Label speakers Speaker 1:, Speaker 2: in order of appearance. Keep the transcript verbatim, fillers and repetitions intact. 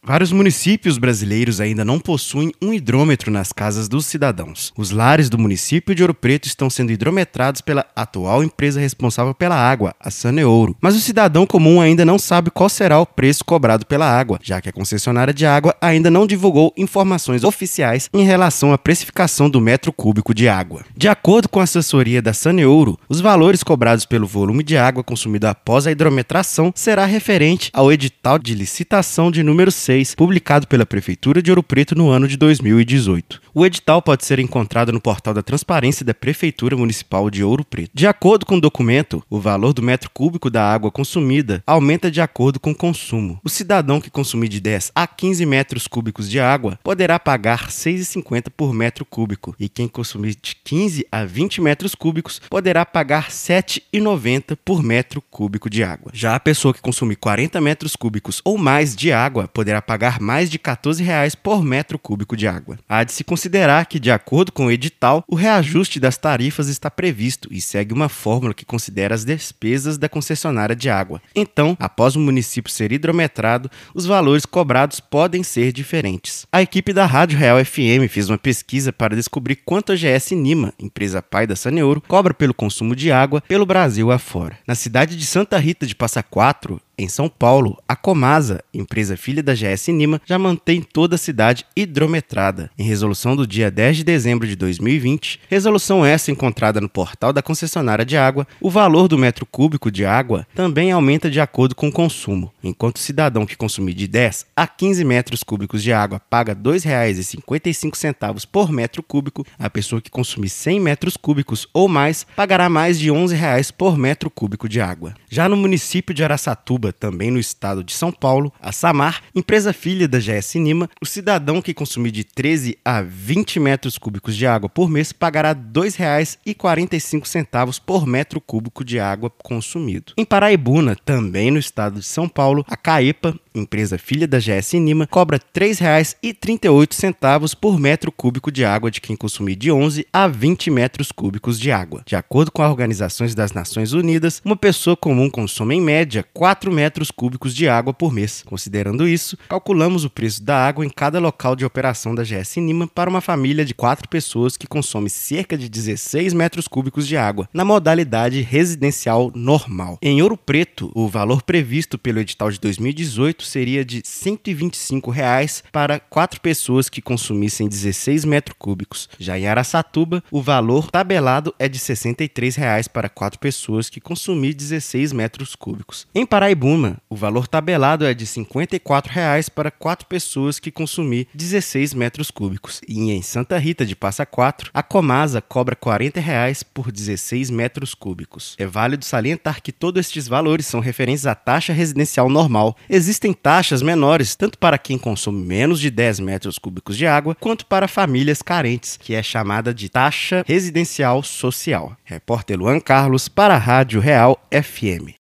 Speaker 1: Vários municípios brasileiros ainda não possuem um hidrômetro nas casas dos cidadãos. Os lares do município de Ouro Preto estão sendo hidrometrados pela atual empresa responsável pela água, a Saneouro. Mas o cidadão comum ainda não sabe qual será o preço cobrado pela água, já que a concessionária de água ainda não divulgou informações oficiais em relação à precificação do metro cúbico de água. De acordo com a assessoria da Saneouro, os valores cobrados pelo volume de água consumido após a hidrometração será referente ao edital de licitação de número seis, publicado pela Prefeitura de Ouro Preto no ano de dois mil e dezoito. O edital pode ser encontrado no portal da Transparência da Prefeitura Municipal de Ouro Preto. De acordo com o documento, o valor do metro cúbico da água consumida aumenta de acordo com o consumo. O cidadão que consumir de dez a quinze metros cúbicos de água poderá pagar seis reais e cinquenta centavos por metro cúbico, e quem consumir de quinze a vinte metros cúbicos poderá pagar sete reais e noventa centavos por metro cúbico de água. Já a pessoa que consumir quarenta metros cúbicos ou mais de água poderá pagar mais de quatorze reais por metro cúbico de água. Há de se considerar que, de acordo com o edital, o reajuste das tarifas está previsto e segue uma fórmula que considera as despesas da concessionária de água. Então, após o município ser hidrometrado, os valores cobrados podem ser diferentes. A equipe da Rádio Real F M fez uma pesquisa para descobrir quanto a G S Nima, empresa pai da Saneouro, cobra pelo consumo de água pelo Brasil afora. Na cidade de Santa Rita de Passa Quatro, em São Paulo, a Comasa, empresa filha da G S Nima, já mantém toda a cidade hidrometrada. Em resolução do dia dez de dezembro de dois mil e vinte, resolução essa encontrada no portal da concessionária de água, o valor do metro cúbico de água também aumenta de acordo com o consumo. Enquanto o cidadão que consumir de dez a quinze metros cúbicos de água paga dois reais e cinquenta e cinco centavos por metro cúbico, a pessoa que consumir cem metros cúbicos ou mais pagará mais de onze reais por metro cúbico de água. Já no município de Araçatuba, também no estado de São Paulo, a Samar, empresa filha da G S Nima, o cidadão que consumir de treze a vinte metros cúbicos de água por mês pagará dois reais e quarenta e cinco centavos por metro cúbico de água consumido. Em Paraibuna, também no estado de São Paulo, a Caepa, empresa filha da G S Nima, cobra três reais e trinta e oito centavos por metro cúbico de água de quem consumir de onze a vinte metros cúbicos de água. De acordo com as Organizações das Nações Unidas, uma pessoa comum consome em média quatro metros cúbicos de água por mês. Considerando isso, calculamos o preço da água em cada local de operação da G S Nima para uma família de quatro pessoas que consome cerca de dezesseis metros cúbicos de água, na modalidade residencial normal. Em Ouro Preto, o valor previsto pelo edital de dois mil e dezoito seria de cento e vinte e cinco reais para quatro pessoas que consumissem dezesseis metros cúbicos. Já em Araçatuba, o valor tabelado é de sessenta e três reais para quatro pessoas que consumir dezesseis metros cúbicos. Em Paraibuna, o valor tabelado é de cinquenta e quatro reais para quatro pessoas que consumir dezesseis metros cúbicos. E em Santa Rita de Passa Quatro, a Comasa cobra quarenta reais por dezesseis metros cúbicos. É válido salientar que todos estes valores são referentes à taxa residencial normal. Existem taxas menores, tanto para quem consome menos de dez metros cúbicos de água, quanto para famílias carentes, que é chamada de taxa residencial social. Repórter Luan Carlos para a Rádio Real F M.